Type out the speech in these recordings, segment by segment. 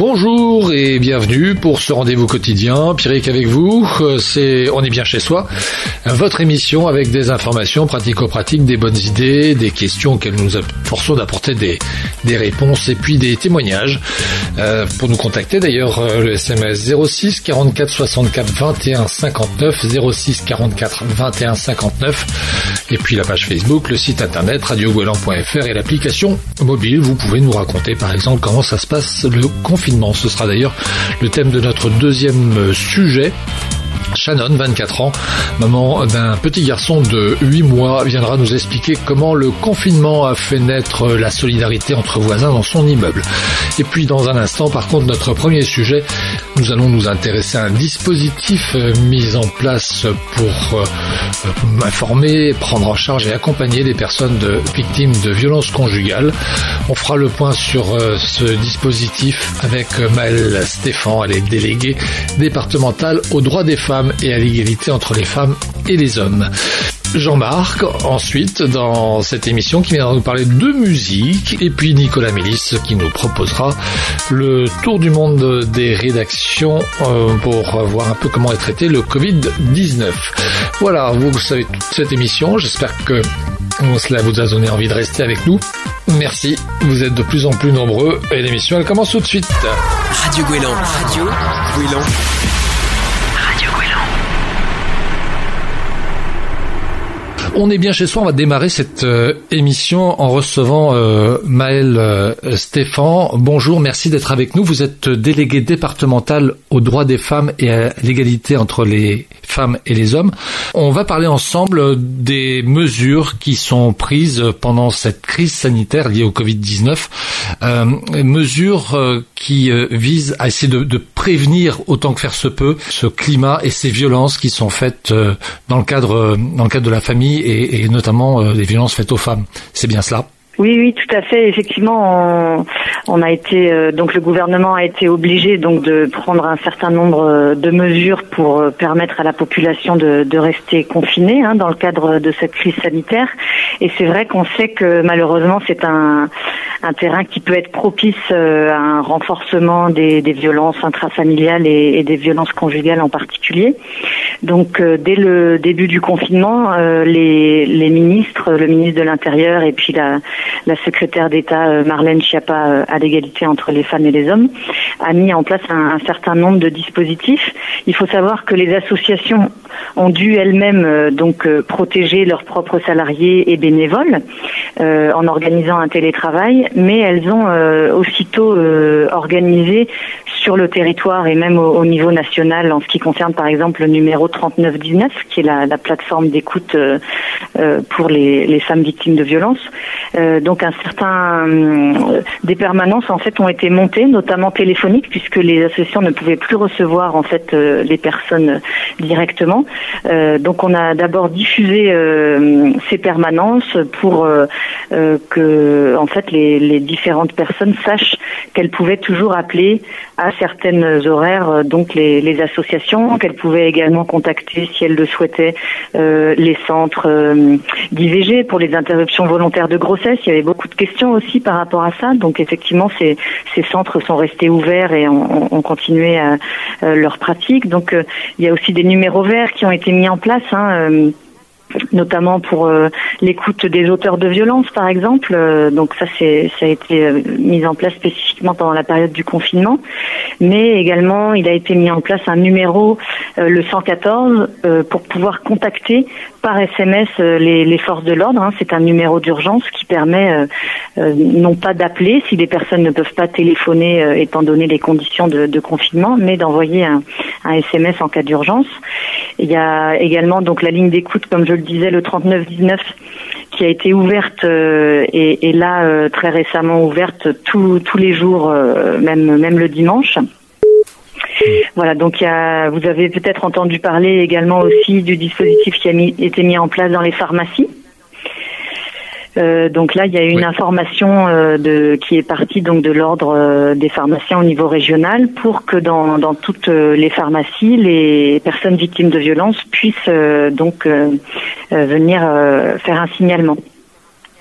Bonjour et bienvenue pour ce rendez-vous quotidien. Pierrick avec vous, On est bien chez soi, votre émission avec des informations pratico-pratiques, des bonnes idées, des questions auxquelles nous forçons d'apporter des réponses et puis des témoignages. Pour nous contacter d'ailleurs, le SMS 06 44 64 21 59, 06 44 21 59, et puis la page Facebook, le site internet radiogoéland.fr et l'application mobile. Vous pouvez nous raconter par exemple comment ça se passe le confinement. Ce sera d'ailleurs le thème de notre deuxième sujet. Shannon, 24 ans, maman d'un petit garçon de 8 mois, viendra nous expliquer comment le confinement a fait naître la solidarité entre voisins dans son immeuble. Et puis dans un instant, par contre, notre premier sujet, nous allons nous intéresser à un dispositif mis en place pour informer, prendre en charge et accompagner les personnes victimes de violences conjugales. On fera le point sur ce dispositif avec Maëlle Stéphan, elle est déléguée départementale aux droits des femmes et à l'égalité entre les femmes et les hommes. Jean-Marc, ensuite, dans cette émission qui viendra nous parler de musique, et puis Nicolas Mélis qui nous proposera le tour du monde des rédactions pour voir un peu comment est traité le Covid-19. Voilà, vous savez toute cette émission, j'espère que cela vous a donné envie de rester avec nous. Merci, vous êtes de plus en plus nombreux et l'émission elle commence tout de suite. Radio Goéland. Radio Goéland. On est bien chez soi, on va démarrer cette émission en recevant Maëlle Stéphan. Bonjour, merci d'être avec nous. Vous êtes déléguée départementale aux droits des femmes et à l'égalité entre les femmes et les hommes. On va parler ensemble des mesures qui sont prises pendant cette crise sanitaire liée au Covid-19. Mesures qui visent à essayer de prévenir autant que faire se peut ce climat et ces violences qui sont faites dans le cadre de la famille et notamment les violences faites aux femmes. C'est bien cela? Oui, tout à fait. Effectivement, on a été donc le gouvernement a été obligé donc de prendre un certain nombre de mesures pour permettre à la population de rester confinée dans le cadre de cette crise sanitaire. Et c'est vrai qu'on sait que malheureusement c'est un terrain qui peut être propice à un renforcement des violences intrafamiliales et des violences conjugales en particulier. Donc dès le début du confinement, les ministres, le ministre de l'Intérieur et puis la secrétaire d'État Marlène Schiappa à l'égalité entre les femmes et les hommes a mis en place un certain nombre de dispositifs. Il faut savoir que les associations ont dû elles-mêmes protéger leurs propres salariés et bénévoles en organisant un télétravail, mais elles ont aussitôt organisé sur le territoire et même au niveau national en ce qui concerne par exemple le numéro 3919 qui est la plateforme d'écoute pour les femmes victimes de violences. Donc des permanences en fait ont été montées, notamment téléphoniques, puisque les associations ne pouvaient plus recevoir en fait les personnes directement. Donc on a d'abord diffusé ces permanences pour que en fait les différentes personnes sachent qu'elles pouvaient toujours appeler à certaines horaires donc les associations, qu'elles pouvaient également contacter si elles le souhaitaient les centres d'IVG pour les interruptions volontaires de grossesse. Il y avait beaucoup de questions aussi par rapport à ça. Donc effectivement, ces centres sont restés ouverts et ont continué leur pratique. Donc il y a aussi des numéros verts qui ont été mis en place, notamment pour l'écoute des auteurs de violences, par exemple. Donc ça a été mis en place spécifiquement pendant la période du confinement. Mais également, il a été mis en place un numéro, le 114, pour pouvoir contacter par SMS les forces de l'ordre. C'est un numéro d'urgence qui permet non pas d'appeler si les personnes ne peuvent pas téléphoner étant donné les conditions de confinement, mais d'envoyer un SMS en cas d'urgence. Il y a également donc la ligne d'écoute, comme je le disais, le 3919, qui a été ouverte et là très récemment ouverte tous les jours, même le dimanche. Voilà, donc vous avez peut-être entendu parler également aussi du dispositif qui a été mis en place dans les pharmacies. Donc là, il y a une information qui est partie donc de l'ordre des pharmaciens au niveau régional pour que dans toutes les pharmacies, les personnes victimes de violences puissent venir faire un signalement.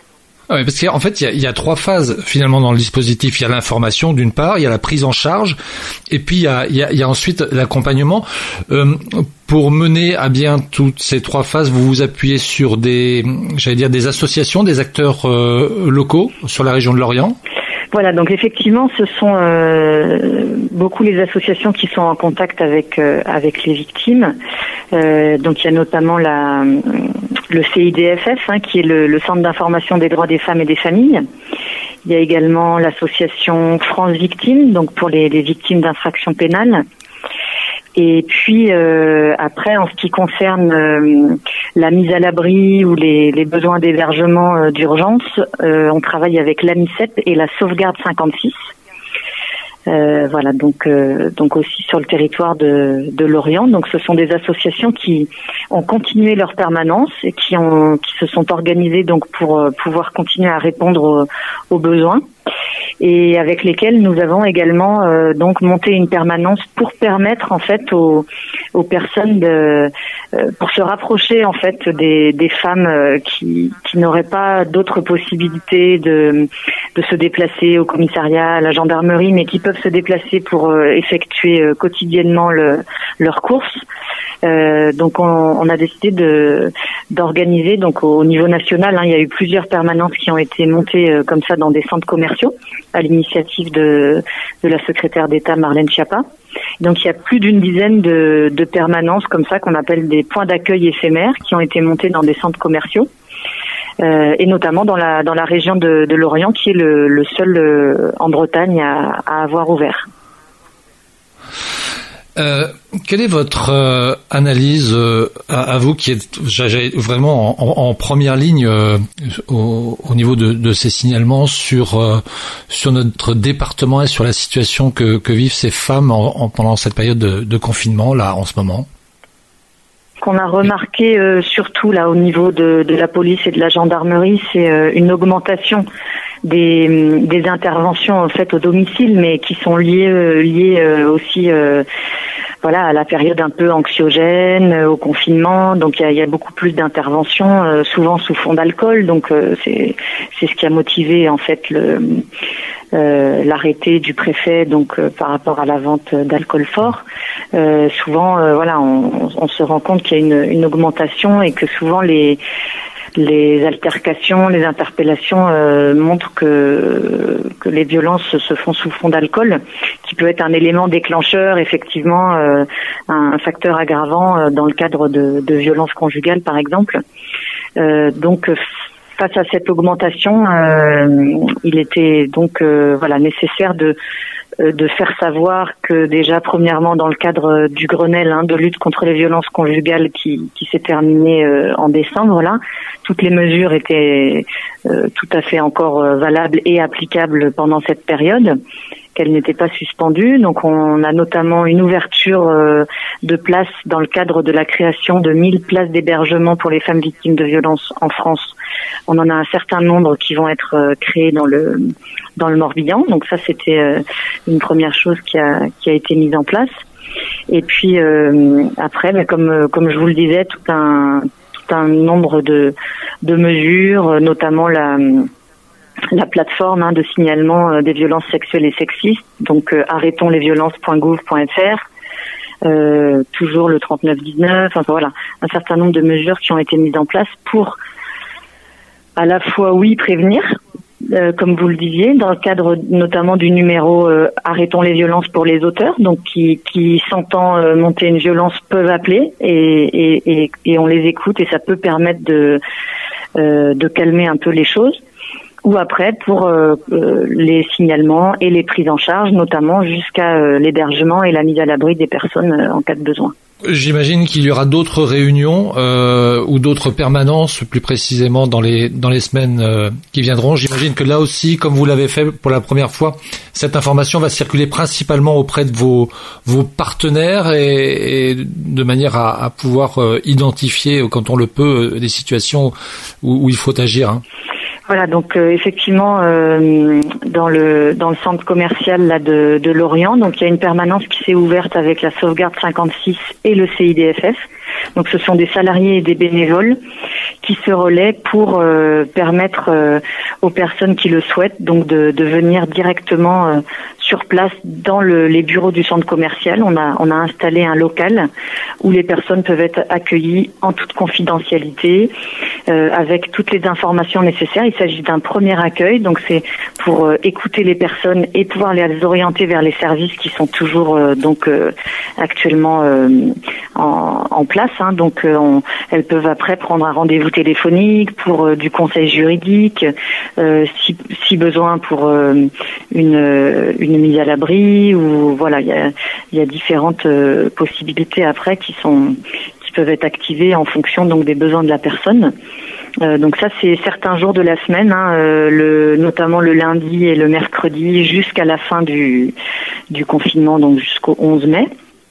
Ouais, parce qu'en fait, il y a 3 phases finalement dans le dispositif. Il y a l'information d'une part, il y a la prise en charge, et puis il y a ensuite l'accompagnement. Pour mener à bien toutes ces 3 phases, vous vous appuyez sur des associations, des acteurs locaux sur la région de Lorient. Voilà, donc effectivement, ce sont beaucoup les associations qui sont en contact avec les victimes. Donc il y a notamment le CIDFF, qui est le Centre d'information des droits des femmes et des familles. Il y a également l'association France Victimes, donc pour les victimes d'infractions pénales. Et puis après, en ce qui concerne la mise à l'abri ou les besoins d'hébergement d'urgence, on travaille avec l'AMICEP et la Sauvegarde 56. Voilà, donc aussi sur le territoire de Lorient. Donc ce sont des associations qui ont continué leur permanence et qui se sont organisées donc pour pouvoir continuer à répondre aux besoins, et avec lesquels nous avons également donc monté une permanence pour permettre en fait aux personnes pour se rapprocher en fait des femmes qui n'auraient pas d'autres possibilités de se déplacer au commissariat, à la gendarmerie, mais qui peuvent se déplacer pour effectuer quotidiennement leurs courses. Donc on a décidé d'organiser donc au niveau national, il y a eu plusieurs permanences qui ont été montées comme ça dans des centres commerciaux à l'initiative de la secrétaire d'État Marlène Schiappa. Donc il y a plus d'une dizaine de permanences comme ça qu'on appelle des points d'accueil éphémères qui ont été montés dans des centres commerciaux. Et notamment dans la région de Lorient, qui est le seul en Bretagne à avoir ouvert. Quelle est votre analyse à vous qui êtes vraiment en première ligne au niveau de ces signalements sur notre département et sur la situation que vivent ces femmes pendant cette période de confinement là en ce moment? Qu'on a remarqué surtout là au niveau de la police et de la gendarmerie, c'est une augmentation des interventions en fait au domicile, mais qui sont liées aussi à la période un peu anxiogène, au confinement. Donc il y a beaucoup plus d'interventions, souvent sous fond d'alcool. Donc c'est ce qui a motivé en fait l'arrêté du préfet donc par rapport à la vente d'alcool fort. Souvent on se rend compte qu'il y a une augmentation et que souvent les altercations, les interpellations montrent que les violences se font sous fond d'alcool, qui peut être un élément déclencheur, effectivement, un facteur aggravant dans le cadre de violences conjugales, par exemple. Donc, face à cette augmentation, il était donc nécessaire de faire savoir que déjà premièrement dans le cadre du Grenelle de lutte contre les violences conjugales qui s'est terminé en décembre là, toutes les mesures étaient tout à fait encore valables et applicables pendant cette période, qu'elles n'étaient pas suspendues. Donc on a notamment une ouverture de places dans le cadre de la création de 1000 places d'hébergement pour les femmes victimes de violences en France. On en a un certain nombre qui vont être créés dans le Morbihan. Donc ça, c'était une première chose qui a été mise en place. Et puis après, comme je vous le disais, tout un nombre de mesures, notamment la plateforme de signalement des violences sexuelles et sexistes. Donc arrêtonslesviolences.gouv.fr. Toujours le 3919. Enfin voilà, un certain nombre de mesures qui ont été mises en place pour à la fois prévenir, comme vous le disiez, dans le cadre notamment du numéro Arrêtons les violences pour les auteurs, donc qui sentant monter une violence peuvent appeler et on les écoute et ça peut permettre de calmer un peu les choses. Ou après pour les signalements et les prises en charge, notamment jusqu'à l'hébergement et la mise à l'abri des personnes en cas de besoin. J'imagine qu'il y aura d'autres réunions ou d'autres permanences, plus précisément dans les semaines qui viendront. J'imagine que là aussi, comme vous l'avez fait pour la première fois, cette information va circuler principalement auprès de vos partenaires et de manière à pouvoir identifier, quand on le peut, des situations où il faut agir. Voilà, donc effectivement dans le centre commercial là de Lorient, donc il y a une permanence qui s'est ouverte avec la Sauvegarde 56 et le CIDFF. Donc ce sont des salariés et des bénévoles qui se relaient pour permettre aux personnes qui le souhaitent donc de venir directement sur place dans les bureaux du centre commercial. On a installé un local où les personnes peuvent être accueillies en toute confidentialité avec toutes les informations nécessaires. Il s'agit d'un premier accueil, donc c'est pour écouter les personnes et pouvoir les orienter vers les services qui sont toujours actuellement en place. Donc elles peuvent après prendre un rendez-vous téléphonique pour du conseil juridique, si besoin pour une mise à l'abri, ou voilà, il y a différentes possibilités après qui peuvent être activées en fonction donc des besoins de la personne. Donc ça, c'est certains jours de la semaine, notamment le lundi et le mercredi jusqu'à la fin du confinement, donc jusqu'au 11 mai,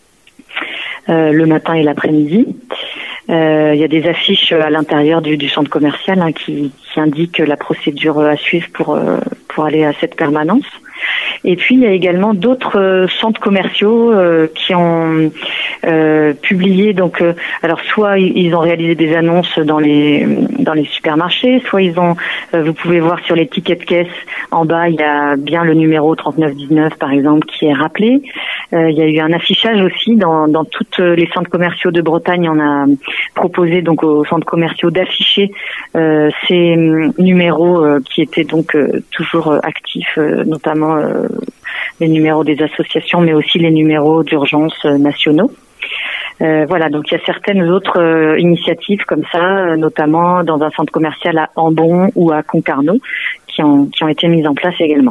le matin et l'après-midi. Il y a des affiches à l'intérieur du centre commercial qui indiquent la procédure à suivre pour aller à cette permanence. Et puis il y a également d'autres centres commerciaux qui ont publié alors soit ils ont réalisé des annonces dans les supermarchés, soit vous pouvez voir sur les tickets de caisse en bas, il y a bien le numéro 3919 par exemple qui est rappelé. Il y a eu un affichage aussi dans toutes les centres commerciaux de Bretagne. On a proposé donc aux centres commerciaux d'afficher ces numéros qui étaient donc toujours actifs, notamment les numéros des associations, mais aussi les numéros d'urgence nationaux. Voilà, donc il y a certaines autres initiatives comme ça, notamment dans un centre commercial à Ambon ou à Concarneau, qui ont été mises en place également.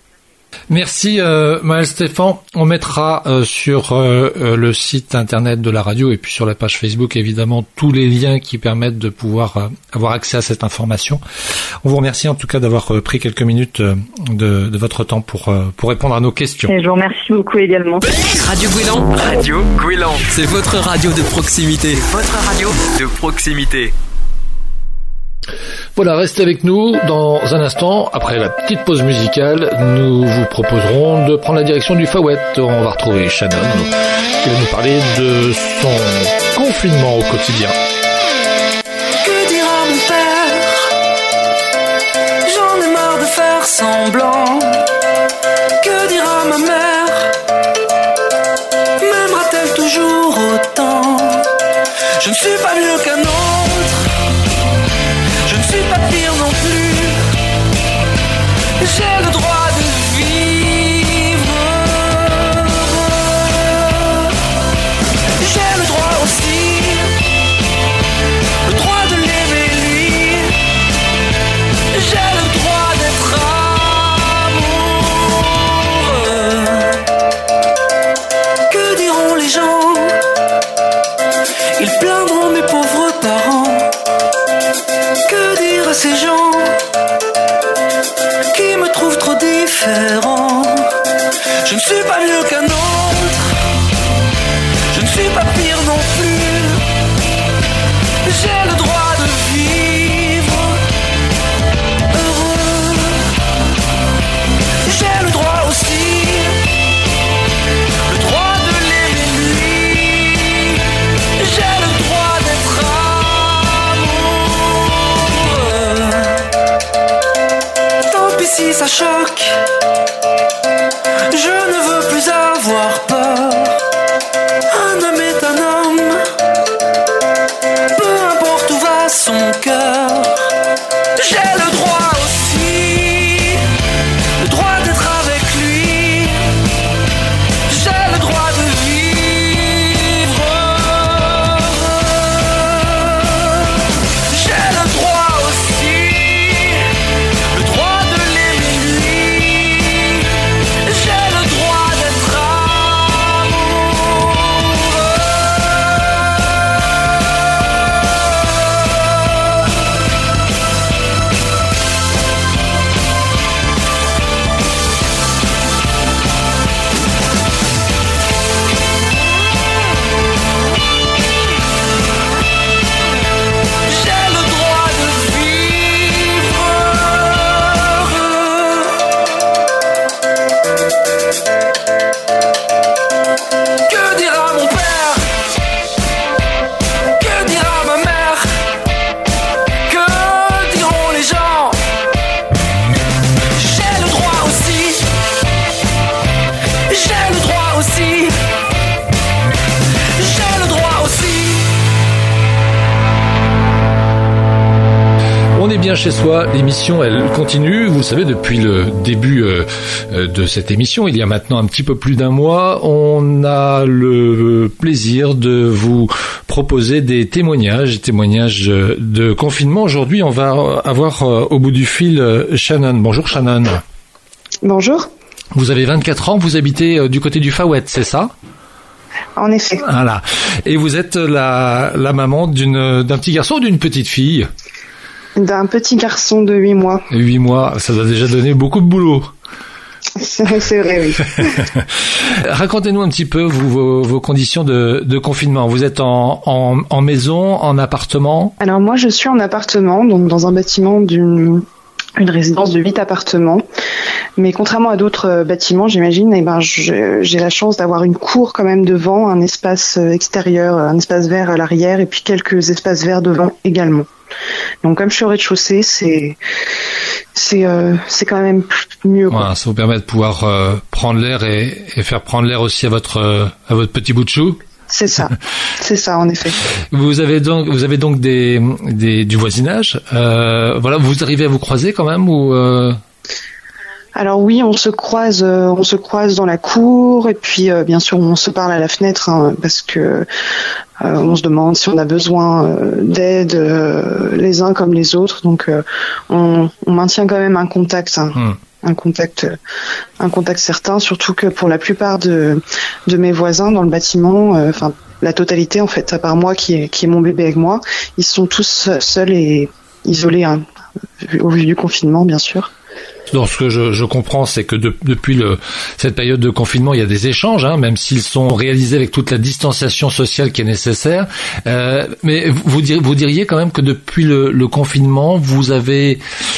Merci Maëlle Stéphane. On mettra sur le site internet de la radio et puis sur la page Facebook évidemment tous les liens qui permettent de pouvoir avoir accès à cette information. On vous remercie en tout cas d'avoir pris quelques minutes de votre temps pour répondre à nos questions. Et je vous remercie beaucoup également. Radio Gouélan. Radio Gouélan. C'est votre radio de proximité. Votre radio de proximité. Voilà, restez avec nous. Dans un instant, après la petite pause musicale, nous vous proposerons de prendre la direction du Fawet. On va retrouver Shannon qui va nous parler de son confinement au quotidien. Que dira mon père? J'en ai marre de faire semblant. Que dira ma mère? M'aimera-t-elle toujours autant? Je ne suis pas mieux qu'un autre. Je ne suis pas pire non plus. J'ai le droit de vivre. J'ai le droit aussi, le droit de l'aimer lui. J'ai le droit d'être amoureux. Que diront les gens? Ils plaindront mes pauvres parents. Que dire à ces gens qui me trouvent trop différent? Je ne suis pas mieux qu'un autre. Je ne suis pas pire non plus. J'ai le droit de vivre heureux. J'ai le droit aussi, le droit de l'aimer lui. J'ai le droit d'être si ça choque, je ne veux plus avoir peur. Un homme est un homme, peu importe où va son cœur. J'ai le droit aussi, le droit d'être avec lui. J'ai le droit de vivre. J'ai le droit aussi, le droit de bien chez soi, l'émission elle continue, vous le savez, depuis le début de cette émission, il y a maintenant un petit peu plus d'un mois, on a le plaisir de vous proposer des témoignages de confinement. Aujourd'hui, on va avoir au bout du fil Shannon. Bonjour Shannon. Bonjour. Vous avez 24 ans, vous habitez du côté du Fawet, c'est ça ? En effet. Voilà. Et vous êtes la maman d'un petit garçon ou d'une petite fille ? D'un petit garçon de 8 mois. 8 mois, ça doit déjà donner beaucoup de boulot. C'est vrai, oui. Racontez-nous un petit peu vos conditions de confinement. Vous êtes en maison, en appartement ? Alors moi, je suis en appartement, donc dans un bâtiment d'une résidence de 8 appartements. Mais contrairement à d'autres bâtiments, j'imagine, j'ai la chance d'avoir une cour quand même devant, un espace extérieur, un espace vert à l'arrière et puis quelques espaces verts devant également. Donc comme je suis au rez-de-chaussée, c'est quand même mieux, quoi. Voilà, ça vous permet de pouvoir prendre l'air et faire prendre l'air aussi à votre petit bout de chou. C'est ça en effet. Vous avez donc du voisinage. Voilà, vous arrivez à vous croiser quand même ou Alors oui, on se croise dans la cour et puis bien sûr on se parle à la fenêtre, hein, parce que on se demande si on a besoin d'aide les uns comme les autres. Donc on maintient quand même un contact. Hein. Un contact certain, surtout que pour la plupart de mes voisins dans le bâtiment, la totalité en fait, à part moi qui est mon bébé avec moi, ils sont tous seuls et isolés, hein, au vu du confinement bien sûr. Donc ce que je comprends, c'est que depuis cette période de confinement, il y a des échanges, hein, même s'ils sont réalisés avec toute la distanciation sociale qui est nécessaire. Mais vous diriez quand même que depuis le confinement, vous avez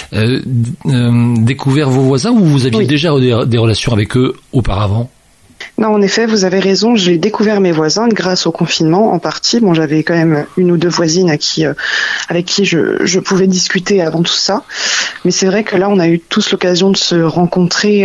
découvert vos voisins ou vous aviez déjà des relations avec eux auparavant ? Non, en effet, vous avez raison. J'ai découvert mes voisins grâce au confinement, en partie. Bon, j'avais quand même une ou deux voisines avec qui je pouvais discuter avant tout ça. Mais c'est vrai que là, on a eu tous l'occasion de se rencontrer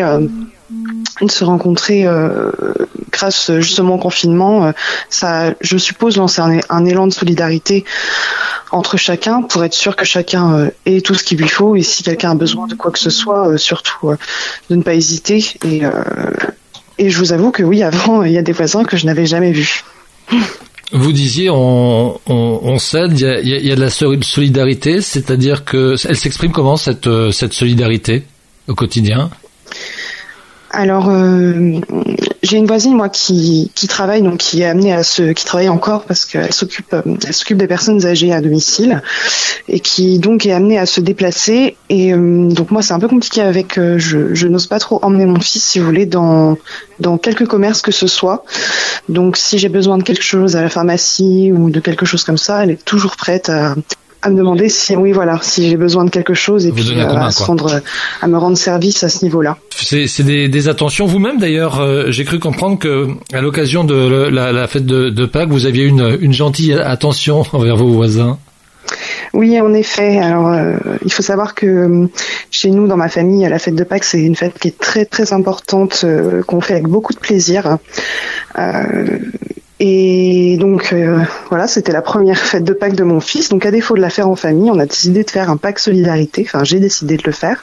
grâce justement au confinement. Ça, je suppose, lancer un élan de solidarité entre chacun pour être sûr que chacun ait tout ce qu'il lui faut. Et si quelqu'un a besoin de quoi que ce soit, surtout de ne pas hésiter. Et je vous avoue que oui, avant, il y a des voisins que je n'avais jamais vus. Vous disiez, on s'aide, il y a de la solidarité, c'est-à-dire que elle s'exprime comment cette solidarité au quotidien ? Alors, j'ai une voisine moi qui travaille, donc qui est amenée qui travaille encore parce qu'elle s'occupe des personnes âgées à domicile et qui donc est amenée à se déplacer. Et donc moi c'est un peu compliqué avec, je n'ose pas trop emmener mon fils, si vous voulez, dans quelques commerces que ce soit. Donc si j'ai besoin de quelque chose à la pharmacie ou de quelque chose comme ça, elle est toujours prête à me demander si j'ai besoin de quelque chose et puis à me rendre service à ce niveau-là. C'est des attentions. Vous-même d'ailleurs, j'ai cru comprendre que à l'occasion de la fête de Pâques, vous aviez une gentille attention envers vos voisins. Oui, en effet. Alors, il faut savoir que chez nous, dans ma famille, la fête de Pâques, c'est une fête qui est très très importante, qu'on fait avec beaucoup de plaisir. Et donc voilà, c'était la première fête de Pâques de mon fils. Donc à défaut de la faire en famille, on a décidé de faire un Pâques solidarité. Enfin, j'ai décidé de le faire.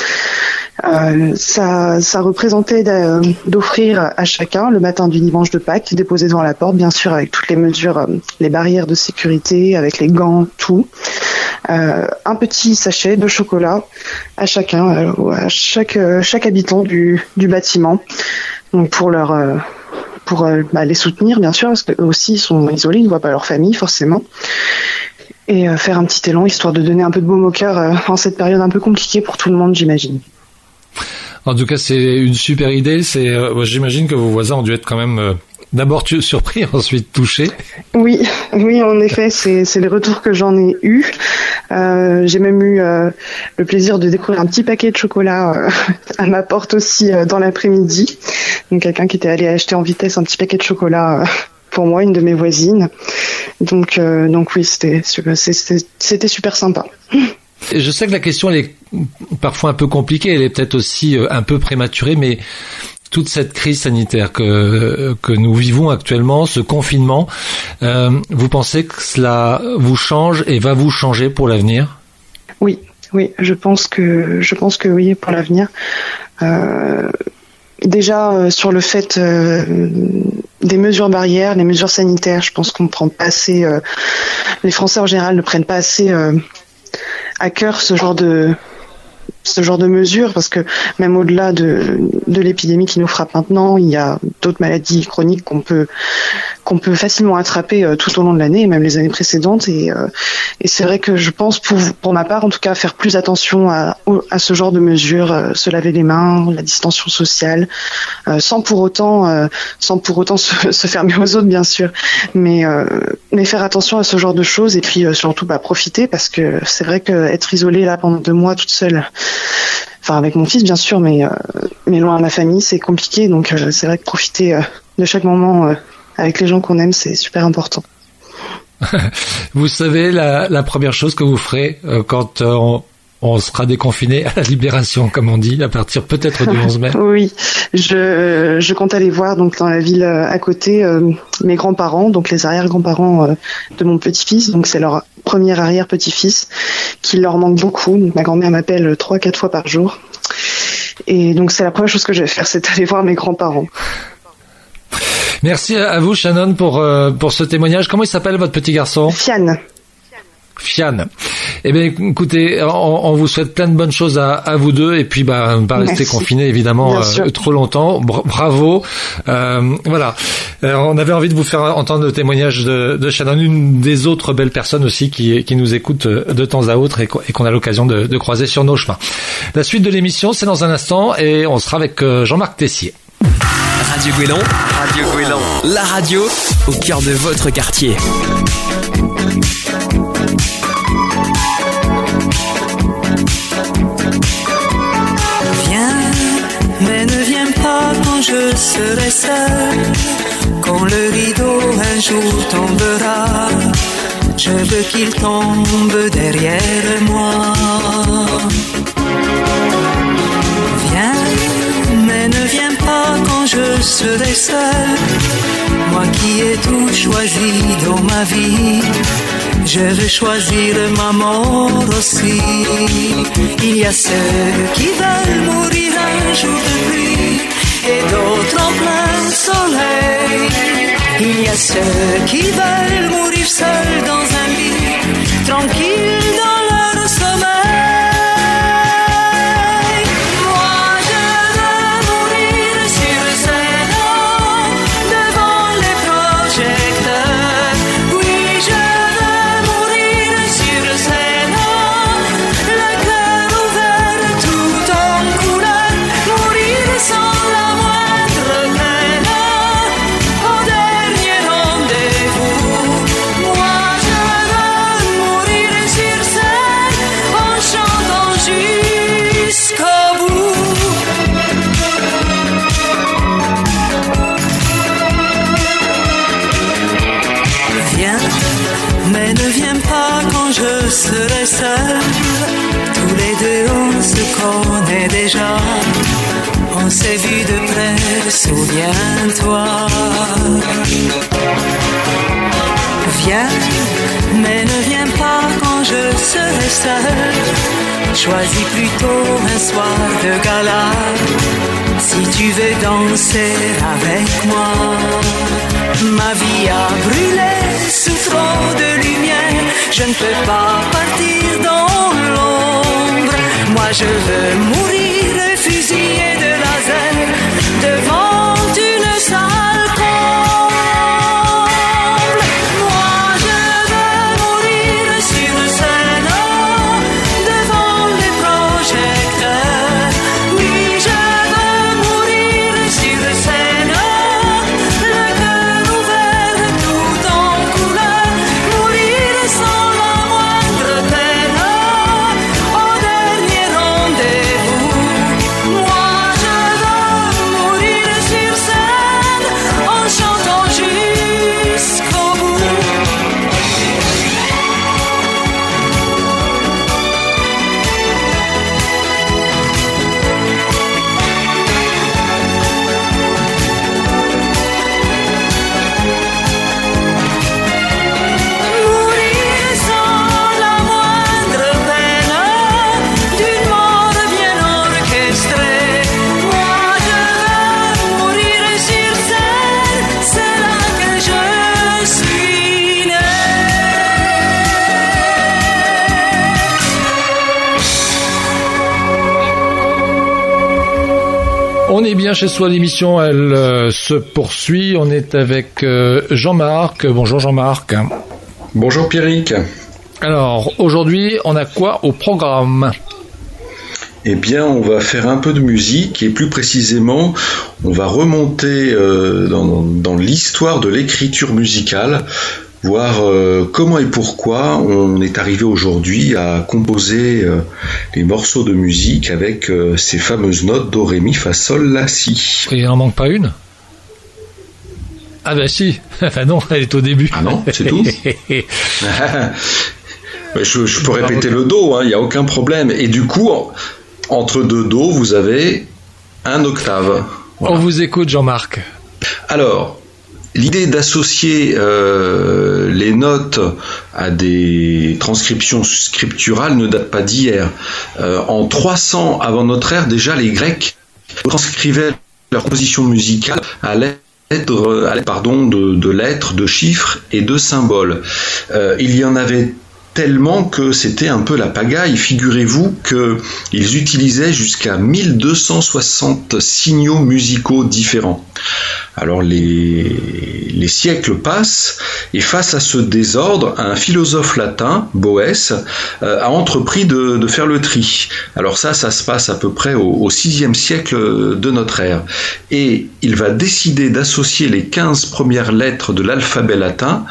Ça représentait d'offrir à chacun le matin du dimanche de Pâques, déposé devant la porte, bien sûr avec toutes les mesures, les barrières de sécurité, avec les gants, tout. Un petit sachet de chocolat à chacun, à chaque habitant du bâtiment. Donc pour les soutenir, bien sûr, parce qu'eux aussi ils sont isolés, ils ne voient pas leur famille forcément. Et faire un petit élan, histoire de donner un peu de baume au cœur en cette période un peu compliquée pour tout le monde, j'imagine. En tout cas, c'est une super idée. J'imagine que vos voisins ont dû être quand même d'abord surpris, ensuite touchés. Oui, en effet, c'est les retours que j'en ai eus. J'ai même eu le plaisir de découvrir un petit paquet de chocolat à ma porte aussi dans l'après-midi. Donc quelqu'un qui était allé acheter en vitesse un petit paquet de chocolat pour moi, une de mes voisines. Donc oui, c'était super sympa. Je sais que la question elle est parfois un peu compliquée, elle est peut-être aussi un peu prématurée, mais toute cette crise sanitaire que nous vivons actuellement, ce confinement, vous pensez que cela vous change et va vous changer pour l'avenir ? Oui, Oui, je pense que oui, pour l'avenir. Déjà, sur le fait des mesures barrières, les mesures sanitaires, je pense qu'on ne prend pas assez, les Français en général ne prennent pas assez à cœur ce genre de mesures, parce que même au-delà de l'épidémie qui nous frappe maintenant, il y a d'autres maladies chroniques qu'on peut facilement attraper tout au long de l'année, et même les années précédentes. Et c'est vrai que je pense, pour ma part en tout cas, faire plus attention à ce genre de mesures, se laver les mains, la distanciation sociale, sans pour autant se fermer aux autres, bien sûr, mais faire attention à ce genre de choses, et puis surtout profiter, parce que c'est vrai qu'être isolée là pendant 2 mois toute seule, enfin avec mon fils bien sûr, mais loin de ma famille, c'est compliqué. Donc c'est vrai que profiter de chaque moment avec les gens qu'on aime, c'est super important. Vous savez la première chose que vous ferez quand on sera déconfiné à la Libération, comme on dit, à partir peut-être du 11 mai. Oui, je compte aller voir donc dans la ville à côté mes grands-parents, donc les arrière-grands-parents de mon petit-fils, donc c'est leur premier arrière-petit-fils qui leur manque beaucoup. Donc ma grand-mère m'appelle 3-4 fois par jour. Et donc c'est la première chose que je vais faire, c'est aller voir mes grands-parents. Merci à vous, Shannon, pour ce témoignage. Comment il s'appelle, votre petit garçon? Fiane. Eh bien, écoutez, on vous souhaite plein de bonnes choses à vous deux, et puis pas rester confinés évidemment trop longtemps. Bravo. Voilà. On avait envie de vous faire entendre le témoignage de Shannon, une des autres belles personnes aussi qui nous écoute de temps à autre et qu'on a l'occasion de croiser sur nos chemins. La suite de l'émission, c'est dans un instant, et on sera avec Jean-Marc Tessier. Radio Gouélan, la radio au cœur de votre quartier. Viens, mais ne viens pas quand je serai seul, quand le rideau un jour tombera. Je veux qu'il tombe derrière moi. Viens, mais ne viens pas quand je serai seul, moi qui ai tout choisi dans ma vie. Je veux choisir ma mort aussi. Il y a ceux qui veulent mourir un jour de pluie et d'autres en plein soleil. Il y a ceux qui veulent mourir seuls dans un lit, tranquilles dans leur sommeil. Je serai seul, tous les deux on se connaît déjà, on s'est vu de près, souviens-toi. Viens, mais ne viens pas quand je serai seul, choisis plutôt un soir de gala, si tu veux danser avec moi. Ma vie a brûlé sous trop de lumière, je ne peux pas partir dans l'ombre. Moi je veux mourir fusillé de laser devant une salle comble. Moi je veux mourir sur scène devant les projecteurs. Oui, je veux mourir sur scène, le cœur ouvert tout en couleur, mourir sans la moindre peine. On est bien chez soi, l'émission elle se poursuit. On est avec Jean-Marc. Bonjour Jean-Marc. Bonjour Pierrick. Alors aujourd'hui on a quoi au programme ? Eh bien on va faire un peu de musique et plus précisément on va remonter dans l'histoire de l'écriture musicale, voir comment et pourquoi on est arrivé aujourd'hui à composer les morceaux de musique avec ces fameuses notes do, ré, mi, fa, sol, la, si. Il n'en manque pas une ? Ah ben si, enfin non, elle est au début. Ah non, c'est tout. Je peux répéter le do, il n'y a aucun problème. Et du coup, entre deux do, vous avez un octave. Voilà. On vous écoute Jean-Marc. Alors, l'idée d'associer les notes à des transcriptions scripturales ne date pas d'hier. En 300 avant notre ère, déjà les Grecs transcrivaient leur composition musicale à l'aide de lettres, de chiffres et de symboles. Il y en avait tellement que c'était un peu la pagaille. Figurez-vous qu'ils utilisaient jusqu'à 1260 signaux musicaux différents. Alors les siècles passent et face à ce désordre, un philosophe latin, Boès, a entrepris de faire le tri. Alors ça se passe à peu près au 6e siècle de notre ère. Et il va décider d'associer les 15 premières lettres de l'alphabet latin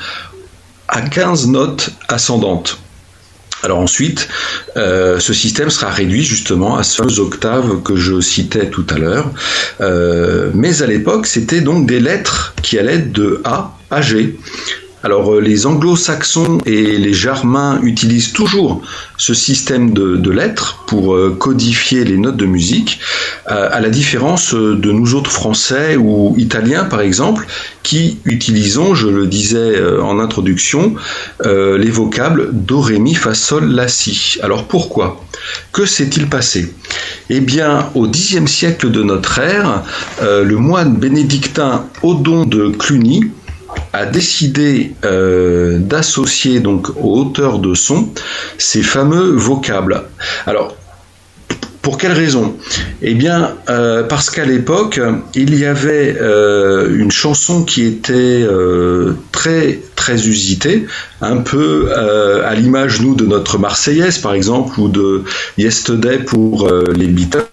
à 15 notes ascendantes. Alors ensuite, ce système sera réduit justement à ces fameuses octaves que je citais tout à l'heure. Mais à l'époque, c'était donc des lettres qui allaient de A à G. Alors les anglo-saxons et les germains utilisent toujours ce système de lettres pour codifier les notes de musique, à la différence de nous autres français ou italiens par exemple, qui utilisons, je le disais en introduction, les vocables do, ré, mi, fa, sol, la, si. Alors pourquoi ? Que s'est-il passé ? Eh bien, au Xe siècle de notre ère, le moine bénédictin Odon de Cluny a décidé d'associer donc aux hauteurs de son ces fameux vocables. Alors, pour quelle raison ? Eh bien, parce qu'à l'époque, il y avait une chanson qui était très très usitée, un peu à l'image, nous, de notre Marseillaise, par exemple, ou de Yesterday pour les Beatles,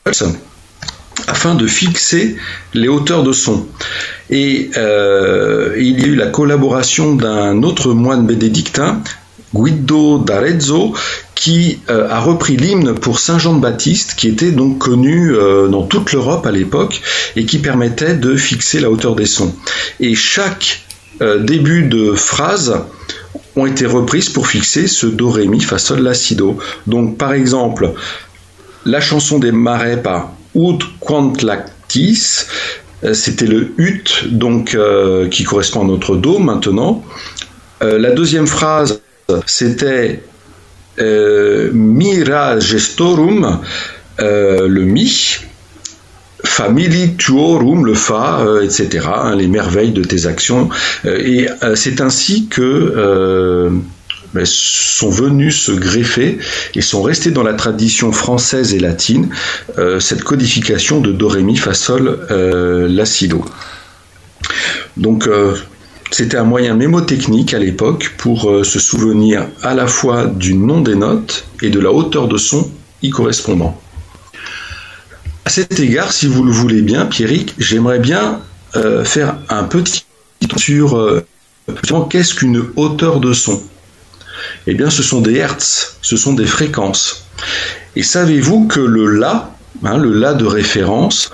afin de fixer les hauteurs de son. Et il y a eu la collaboration d'un autre moine bénédictin, Guido d'Arezzo, qui a repris l'hymne pour Saint Jean de Baptiste, qui était donc connu dans toute l'Europe à l'époque, et qui permettait de fixer la hauteur des sons. Et chaque début de phrase ont été reprises pour fixer ce do, ré, mi, fa, sol, la, si, do. Donc par exemple, la chanson des Marais par Ut quant lactis, c'était le ut, donc qui correspond à notre do maintenant. La deuxième phrase, c'était mira gestorum, le mi, famili tuorum, le fa, etc., les merveilles de tes actions. Et c'est ainsi que sont venus se greffer et sont restés dans la tradition française et latine cette codification de do, ré, mi, fa, sol, la, si, do. Donc c'était un moyen mémotechnique à l'époque pour se souvenir à la fois du nom des notes et de la hauteur de son y correspondant. À cet égard, si vous le voulez bien, Pierrick, j'aimerais bien faire un petit tour sur qu'est-ce qu'une hauteur de son. Eh bien, ce sont des hertz, ce sont des fréquences. Et savez-vous que le la de référence,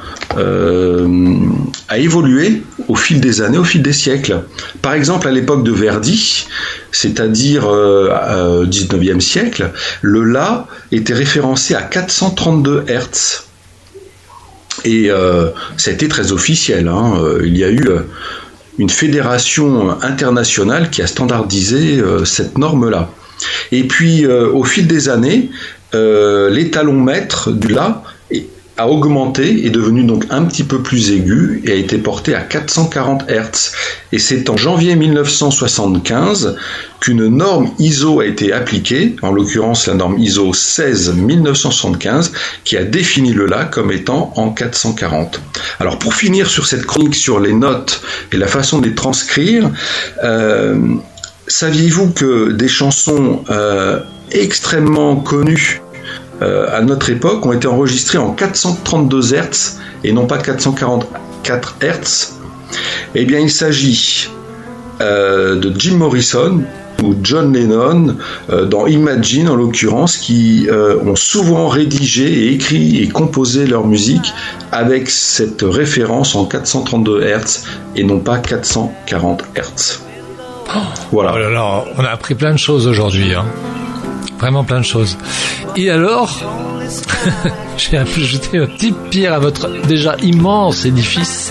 a évolué au fil des années, au fil des siècles. Par exemple, à l'époque de Verdi, c'est-à-dire au 19e siècle, le la était référencé à 432 Hz. Et ça a été très officiel. Il y a eu une fédération internationale qui a standardisé cette norme-là. Et puis, au fil des années, l'étalon maître du la a augmenté, est devenu donc un petit peu plus aigu et a été porté à 440 Hz. Et c'est en janvier 1975 qu'une norme ISO a été appliquée, en l'occurrence la norme ISO 16-1975, qui a défini le La comme étant en 440. Alors pour finir sur cette chronique sur les notes et la façon de les transcrire, saviez-vous que des chansons extrêmement connues à notre époque ont été enregistrés en 432 Hz et non pas 444 Hz. Eh bien, il s'agit de Jim Morrison ou John Lennon dans Imagine en l'occurrence, qui ont souvent rédigé et écrit et composé leur musique avec cette référence en 432 Hz et non pas 440 Hz. Voilà. Oh là là, on a appris plein de choses aujourd'hui, hein. Vraiment plein de choses. Et alors, j'ai ajouté une petite pierre à votre déjà immense édifice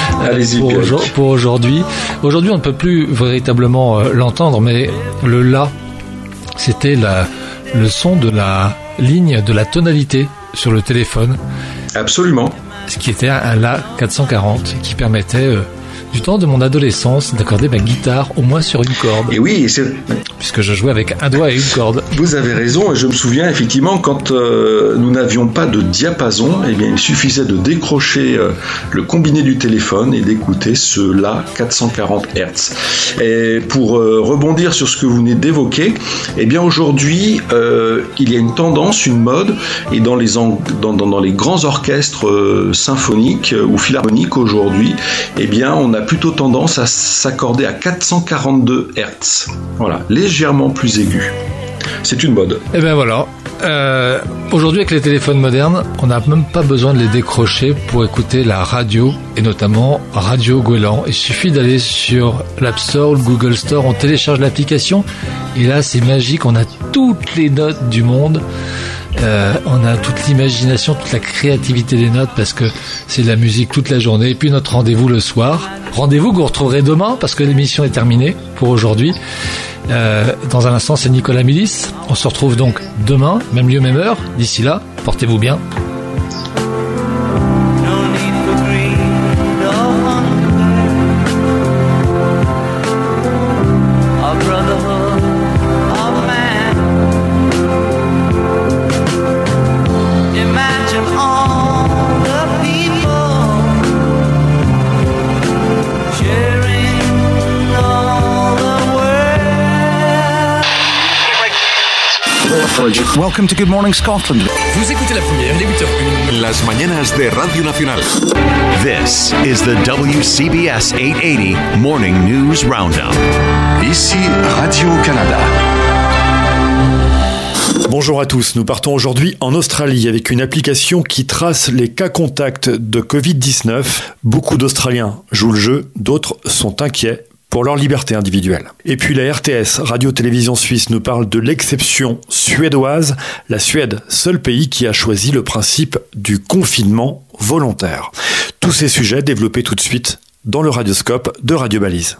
pour aujourd'hui. Aujourd'hui, on ne peut plus véritablement l'entendre, mais le La, c'était le son de la ligne de la tonalité sur le téléphone. Absolument. Ce qui était un La 440, qui permettait... du temps de mon adolescence, d'accorder ma guitare au moins sur une corde. Et oui, puisque je jouais avec un doigt et une corde. Vous avez raison, et je me souviens effectivement quand nous n'avions pas de diapason, eh bien il suffisait de décrocher le combiné du téléphone et d'écouter ce La 440 Hz. Et pour rebondir sur ce que vous venez d'évoquer, eh bien aujourd'hui il y a une tendance, une mode, et dans les grands orchestres symphoniques ou philharmoniques aujourd'hui, eh bien on a plutôt tendance à s'accorder à 442 Hz. Voilà, légèrement plus aigu. C'est une mode. Et ben voilà. Aujourd'hui, avec les téléphones modernes, on n'a même pas besoin de les décrocher pour écouter la radio, et notamment Radio Gouélan. Il suffit d'aller sur l'App Store ou le Google Store, on télécharge l'application, et là, c'est magique, on a toutes les notes du monde. On a toute l'imagination, toute la créativité des notes, parce que c'est de la musique toute la journée. Et puis notre rendez-vous le soir. Rendez-vous que vous retrouverez demain, parce que l'émission est terminée pour aujourd'hui. Dans un instant, c'est Nicolas Mélis. On se retrouve donc demain, même lieu, même heure. D'ici là, portez-vous bien. Welcome to Good Morning Scotland. Vous écoutez la première, les 8h01. Las mañanas de Radio Nacional. This is the WCBS 880 Morning News Roundup. Ici Radio-Canada. Bonjour à tous, nous partons aujourd'hui en Australie avec une application qui trace les cas contacts de Covid-19. Beaucoup d'Australiens jouent le jeu, d'autres sont inquiets pour leur liberté individuelle. Et puis la RTS, Radio-Télévision Suisse, nous parle de l'exception suédoise, la Suède, seul pays qui a choisi le principe du confinement volontaire. Tous ces sujets développés tout de suite dans le Radioscope de Radio Balise.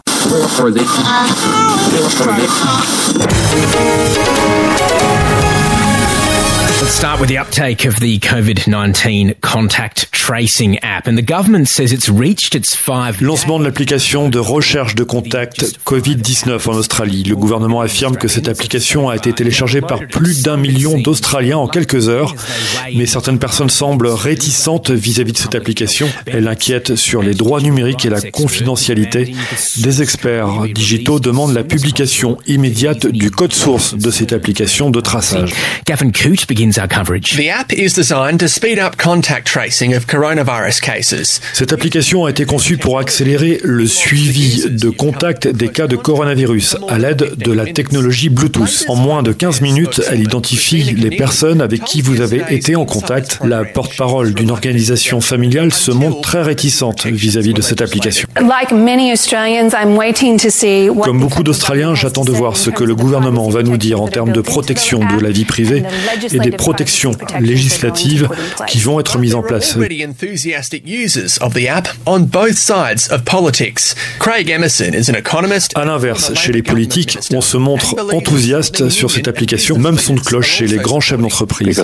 Let's start with the uptake of the COVID-19 contact tracing app, and the government says it's reached its 5. Lancement de l'application de recherche de contact Covid-19 en Australie. Le gouvernement affirme que cette application a été téléchargée par plus d'1 million d'Australiens en quelques heures, mais certaines personnes semblent réticentes vis-à-vis de cette application. Elle inquiète sur les droits numériques et la confidentialité. Des experts digitaux demandent la publication immédiate du code source de cette application de traçage. Gavin Coote begins our coverage. The app is designed to speed up contact tracing of coronavirus cases. Cette application a été conçue pour accélérer le suivi de contact des cas de coronavirus à l'aide de la technologie Bluetooth. En moins de 15 minutes, elle identifie les personnes avec qui vous avez été en contact. La porte-parole d'une organisation familiale se montre très réticente vis-à-vis de cette application. Comme beaucoup d'Australiens, j'attends de voir ce que le gouvernement va nous dire en termes de protection de la vie privée et des protections législatives qui vont être mises en place. À l'inverse, chez les politiques, on se montre enthousiaste sur cette application, même son de cloche chez les grands chefs d'entreprise.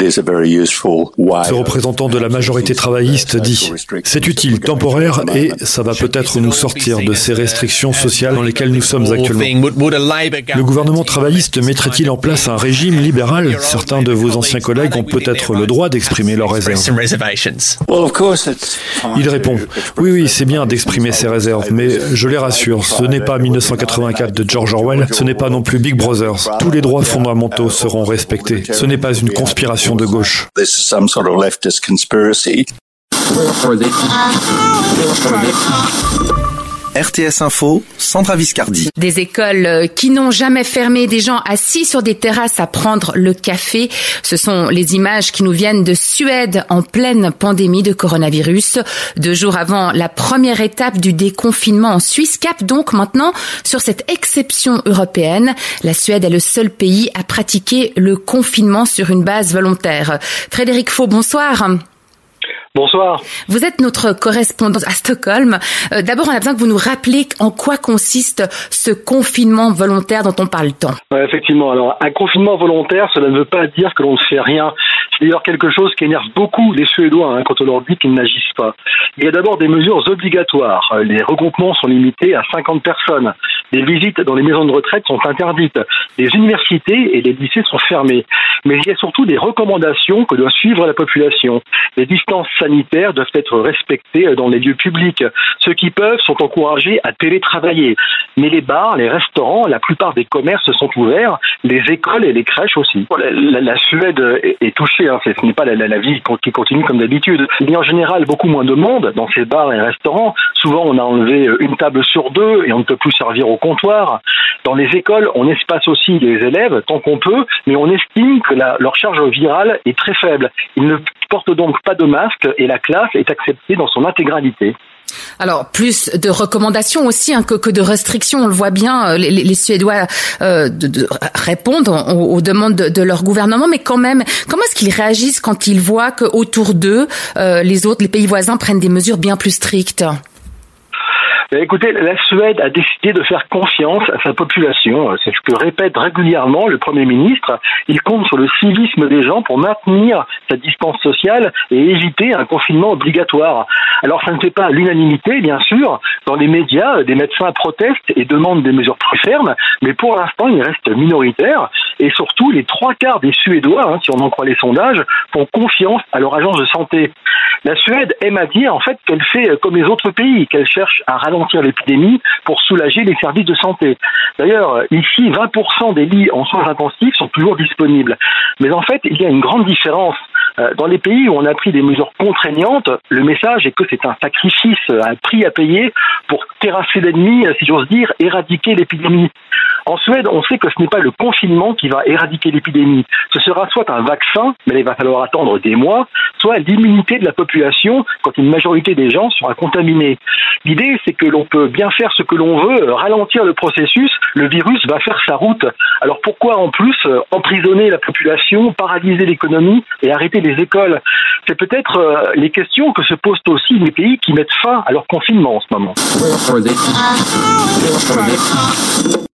Ce représentant de la majorité travailliste dit « C'est utile, temporaire et ça va peut-être nous sortir de ces restrictions sociales dans lesquelles nous sommes actuellement. » Le gouvernement travailliste mettrait-il en place un régime libéral ? Certains de vos anciens collègues ont peut-être le droit d'exprimer leurs réserves. Il répond « Oui, c'est bien d'exprimer ses réserves, mais je les rassure, ce n'est pas 1984 de George Orwell, ce n'est pas non plus Big Brothers. Tous les droits fondamentaux seront respectés. Ce n'est pas une conspiration de gauche. » RTS Info, Sandra Viscardi. Des écoles qui n'ont jamais fermé, des gens assis sur des terrasses à prendre le café. Ce sont les images qui nous viennent de Suède en pleine pandémie de coronavirus. 2 jours avant la première étape du déconfinement en Suisse, cap donc maintenant sur cette exception européenne. La Suède est le seul pays à pratiquer le confinement sur une base volontaire. Frédéric Faux, bonsoir. Bonsoir. Vous êtes notre correspondant à Stockholm. D'abord, on a besoin que vous nous rappeliez en quoi consiste ce confinement volontaire dont on parle tant. Effectivement. Alors, un confinement volontaire, cela ne veut pas dire que l'on ne fait rien. C'est d'ailleurs quelque chose qui énerve beaucoup les Suédois quand on leur dit qu'ils n'agissent pas. Il y a d'abord des mesures obligatoires. Les regroupements sont limités à 50 personnes. Les visites dans les maisons de retraite sont interdites. Les universités et les lycées sont fermés. Mais il y a surtout des recommandations que doit suivre la population. Les distances sanitaires doivent être respectées dans les lieux publics. Ceux qui peuvent sont encouragés à télétravailler. Mais les bars, les restaurants, la plupart des commerces sont ouverts, les écoles et les crèches aussi. La Suède est touchée, ce n'est pas la vie qui continue comme d'habitude. Il y a en général beaucoup moins de monde dans ces bars et restaurants. Souvent, on a enlevé une table sur 2 et on ne peut plus servir au comptoir. Dans les écoles, on espace aussi les élèves tant qu'on peut, mais on estime que leur charge virale est très faible. Ils ne portent donc pas de masque et la classe est acceptée dans son intégralité. Alors, plus de recommandations aussi que de restrictions. On le voit bien, les Suédois répondent aux demandes de leur gouvernement, mais quand même, comment est-ce qu'ils réagissent quand ils voient qu'autour d'eux, les pays voisins prennent des mesures bien plus strictes ? Écoutez, la Suède a décidé de faire confiance à sa population. C'est ce que répète régulièrement le Premier ministre. Il compte sur le civisme des gens pour maintenir sa distance sociale et éviter un confinement obligatoire. Alors, ça ne fait pas l'unanimité, bien sûr. Dans les médias, des médecins protestent et demandent des mesures plus fermes, mais pour l'instant, ils restent minoritaires. Et surtout, les 3/4 des Suédois, si on en croit les sondages, font confiance à leur agence de santé. La Suède aime à dire, en fait, qu'elle fait comme les autres pays, qu'elle cherche à ralentir l'épidémie pour soulager les services de santé. D'ailleurs, ici, 20% des lits en soins intensifs sont toujours disponibles. Mais en fait, il y a une grande différence. Dans les pays où on a pris des mesures contraignantes, le message est que c'est un sacrifice, un prix à payer pour terrasser l'ennemi, si j'ose dire, éradiquer l'épidémie. En Suède, on sait que ce n'est pas le confinement qui va éradiquer l'épidémie. Ce sera soit un vaccin, mais il va falloir attendre des mois, soit l'immunité de la population quand une majorité des gens sera contaminée. L'idée, c'est que l'on peut bien faire ce que l'on veut, ralentir le processus, le virus va faire sa route. Alors pourquoi en plus emprisonner la population, paralyser l'économie et arrêter les écoles ? C'est peut-être les questions que se posent aussi les pays qui mettent fin à leur confinement en ce moment.